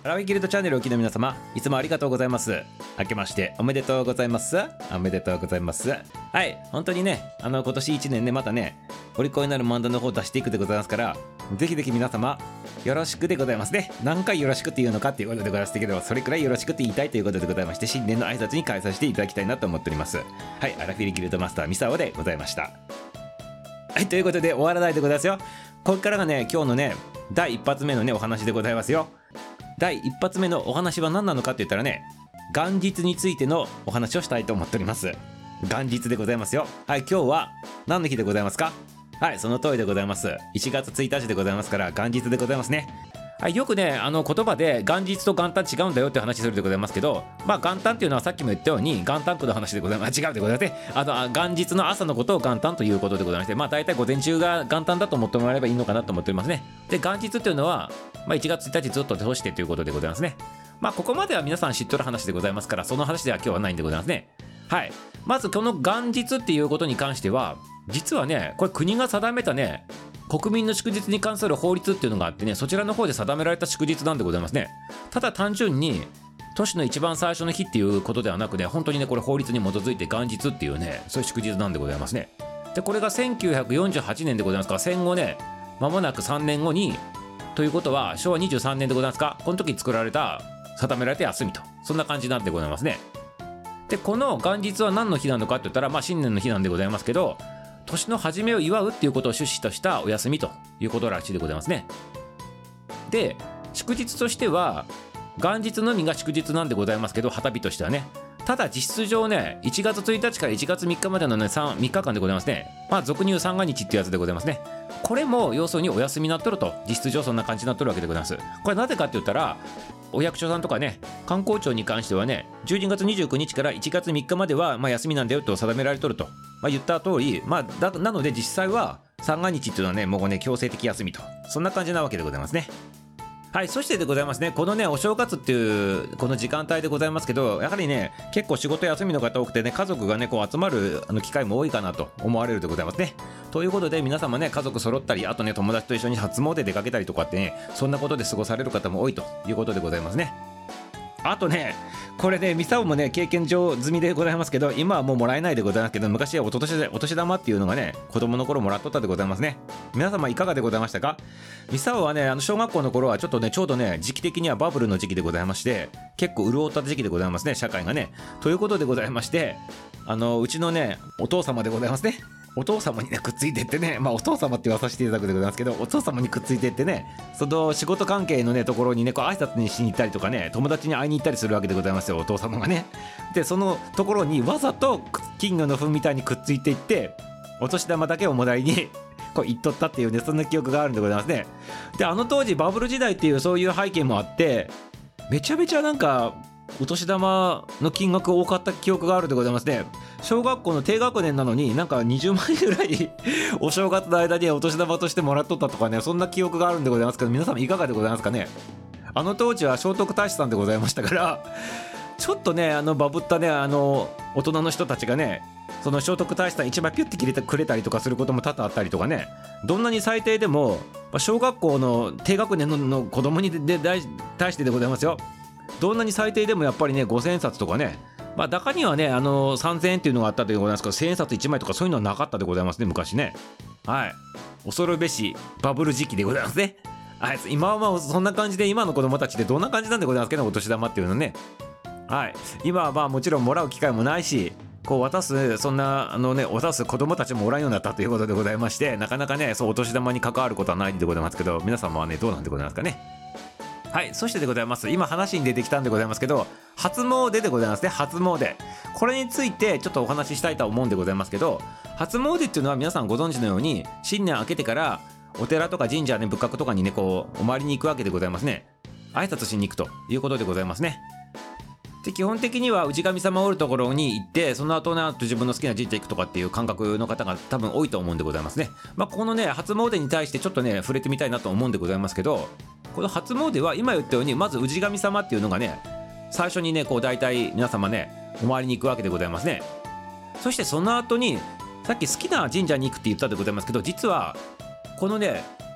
アラフィギルドチャンネルをお聞きの皆様、いつもありがとうございます。明けましておめでとうございます。おめでとうございます。はい、本当にね、今年1年ね、またね、お利口になる漫談の方を出していくでございますから、ぜひぜひ皆様よろしくでございますね。何回よろしくっていうのかっていうことでございますけど、それくらいよろしくって言いたいということでございまして、新年の挨拶に変えさせていただきたいなと思っております。はい、アラフィギルドマスターミサオでございました。はい、ということで終わらないでございますよ。ここからがね、今日のね、第一発目のね、お話でございますよ。第一発目のお話は何なのかって言ったらね、元日についてのお話をしたいと思っております。元日でございますよ。はい、今日は何の日でございますか？はい、その通りでございます。1月1日でございますから元日でございますね。はい、よくね、言葉で元日と元旦違うんだよって話するでございますけど、まあ元旦っていうのはさっきも言ったように元旦区の話でございます。違うでございますね。元日の朝のことを元旦ということでございまして、まあ大体午前中が元旦だと思ってもらえればいいのかなと思っておりますね。で、元日っていうのは、まあ、1月1日ずっと通してということでございますね。まあここまでは皆さん知っとる話でございますから、その話では今日はないんでございますね。はい、まずこの元日っていうことに関しては、実はね、これ国が定めたね、国民の祝日に関する法律っていうのがあってね、そちらの方で定められた祝日なんでございますね。ただ単純に年の一番最初の日っていうことではなくね、本当にね、これ法律に基づいて元日っていうね、そういう祝日なんでございますね。で、これが1948年でございますから、戦後ね、間もなく3年後に、ということは昭和23年でございますか、この時に作られた、定められた休みと、そんな感じなんでございますね。で、この元日は何の日なのかって言ったら、まあ新年の日なんでございますけど、年の初めを祝うっていうことを趣旨としたお休みということらしいでございますね。で、祝日としては元日のみが祝日なんでございますけど、旗日としてはね、ただ実質上ね、1月1日から1月3日までのね、3日間でございますね。まあ俗に言う三が日っていうやつでございますね。これも要するにお休みになっとると、実質上そんな感じになっとるわけでございます。これなぜかって言ったら、お役所さんとかね、観光庁に関してはね、12月29日から1月3日まではまあ休みなんだよと定められとると、まあ、言った通り、まあなので実際は三が日っていうのはね、もうね、強制的休みと、そんな感じなわけでございますね。はい、そしてでございますね、このね、お正月っていうこの時間帯でございますけど、やはりね、結構仕事休みの方多くてね、家族がね、こう集まる機会も多いかなと思われるでございますね。ということで、皆様ね、家族揃ったり、あとね、友達と一緒に初詣出かけたりとかってね、そんなことで過ごされる方も多いということでございますね。あとね、これね、ミサオもね、経験上済みでございますけど、今はもうもらえないでございますけど、昔はお年玉っていうのがね、子供の頃もらっとったでございますね。皆様いかがでございましたか？ミサオはね、小学校の頃はちょっとね、ちょうどね、時期的にはバブルの時期でございまして、結構潤った時期でございますね、社会がね。ということでございまして、うちのね、お父様でございますね。お父様にね、くっついてってね、まあお父様って言わさせていただくでございますけど、お父様にくっついてってね、その仕事関係のね、ところにね、こう挨拶にしに行ったりとかね、友達に会いに行ったりするわけでございますよ、お父様がね。で、そのところにわざと金魚の糞みたいにくっついていって、お年玉だけをもらいにこう言っとったっていうね、そんな記憶があるんでございますね。で、当時バブル時代っていうそういう背景もあって、めちゃめちゃなんかお年玉の金額多かった記憶があるでございますね。小学校の低学年なのになんか20万円ぐらいお正月の間にお年玉としてもらっとったとかね、そんな記憶があるんでございますけど、皆様いかがでございますかね。当時は聖徳太子さんでございましたから、ちょっとね、バブったね、大人の人たちがね、その聖徳太子さん1枚ピュッて切れてくれたりとかすることも多々あったりとかね、どんなに最低でも小学校の低学年の子供に対してでございますよ。どんなに最低でもやっぱりね、5000円札とかね、まあ中にはね、3000円っていうのがあったでございますけど、1000円札1枚とかそういうのはなかったでございますね、昔ね。はい、恐るべしバブル時期でございますね。はい、今はまあそんな感じで、今の子供たちってどんな感じなんでございますけど、お年玉っていうのね。はい、今はまあもちろんもらう機会もないし、こう渡す、そんな渡す子供たちもおらんようになったということでございまして、なかなかね、そうお年玉に関わることはないんでございますけど、皆様はね、どうなんでございますかね。はい、そしてでございます、今話に出てきたんでございますけど、初詣でございますね。初詣、これについてちょっとお話ししたいと思うんでございますけど、初詣っていうのは皆さんご存知のように、新年明けてからお寺とか神社ね、仏閣とかにね、こうお参りに行くわけでございますね。挨拶しに行くということでございますね。で、基本的には氏神様おるところに行って、その後ね、自分の好きな神社行くとかっていう感覚の方が多分多いと思うんでございますね。まあこのね、初詣に対してちょっとね、触れてみたいなと思うんでございますけど、この初詣は今言ったように、まず氏神様っていうのがね、最初にね、こう大体皆様ね、お参りに行くわけでございますね。そしてその後に、さっき好きな神社に行くって言ったでございますけど、実はこのね、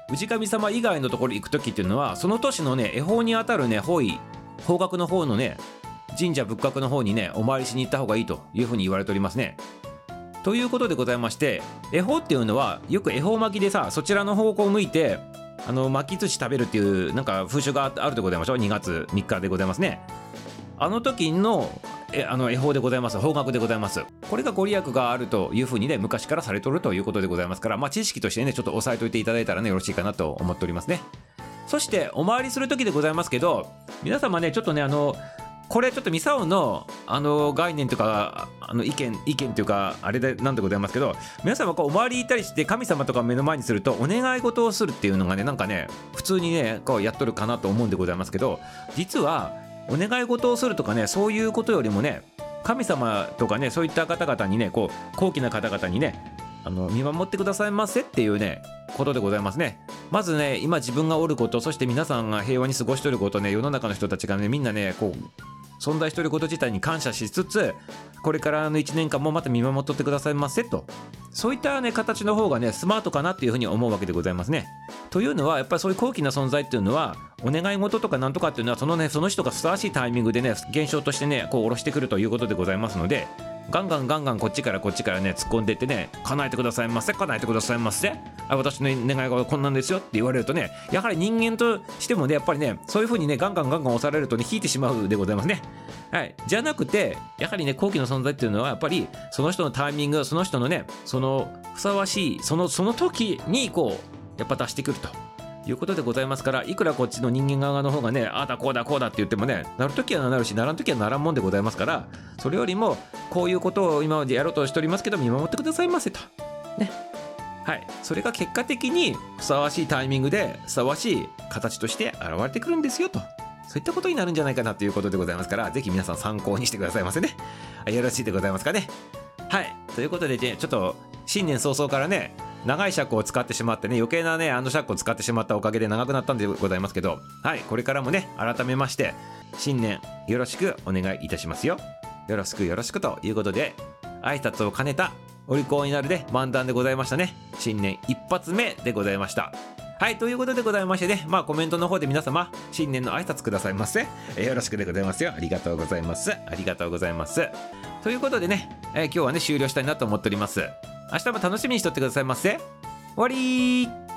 氏神様以外のところ行く時っていうのは、その年のね恵方にあたるね方角の方のね神社仏閣の方にねお参りしに行った方がいいというふうに言われておりますね。ということでございまして、恵方っていうのはよく恵方巻きでさ、そちらの方向を向いて巻き寿司食べるっていうなんか風習があるでございましょう。2月3日でございますね。あの時の恵方でございます。方角でございます。これがご利益があるというふうにね昔からされとるということでございますから、知識としてねちょっと押さえといていただいたらねよろしいかなと思っておりますね。そしてお参りする時でございますけど、皆様ねちょっとねこれちょっとミサオの概念というか意見というかあれでなんでございますけど、皆様こうお参り行ったりして神様とか目の前にするとお願い事をするっていうのがねなんかね普通にねこうやっとるかなと思うんでございますけど、実はお願い事をするとかねそういうことよりもね、神様とかねそういった方々にねこう高貴な方々にね見守ってくださいませっていうねことでございますね。まずね今自分がおること、そして皆さんが平和に過ごしていることね、世の中の人たちがねみんなねこう存在していること自体に感謝しつつ、これからの1年間もまた見守っとってくださいませと、そういったね形の方がねスマートかなっていうふうに思うわけでございますね。というのはやっぱりそういう高貴な存在っていうのはお願い事とかなんとかっていうのはその人がふさわしいタイミングでね現象としてねこう下ろしてくるということでございますので、ガンガンこっちからね突っ込んでいってね、叶えてくださいませ、叶えてくださいませ、私の願いがこんなんですよって言われるとね、やはり人間としてもねやっぱりねそういう風にねガンガン押されるとね引いてしまうでございますね。はい、じゃなくてやはりね高貴の存在っていうのはやっぱりその人のタイミング、その人のねそのふさわしいその時にこうやっぱ出してくるということでございますから、いくらこっちの人間側の方がねああだこうだって言ってもね、なるときはなるしならんときはならんもんでございますから、それよりもこういうことを今までやろうとしておりますけど見守ってくださいませとね。はい、それが結果的にふさわしいタイミングでふさわしい形として現れてくるんですよと、そういったことになるんじゃないかなということでございますから、ぜひ皆さん参考にしてくださいませね。よろしいでございますかね。はい、ということでねちょっと新年早々からね長い尺を使ってしまってね、余計なね尺を使ってしまったおかげで長くなったんでございますけど、はい、これからもね改めまして新年よろしくお願いいたしますよ。よろしくということで挨拶を兼ねたお利口になるで漫談でございましたね。新年一発目でございました。はい、ということでございましてね、コメントの方で皆様新年の挨拶くださいませ。よろしくでございますよ。ありがとうございます。ということでね、今日はね終了したいなと思っております。明日も楽しみにしとってくださいませ。終わりー。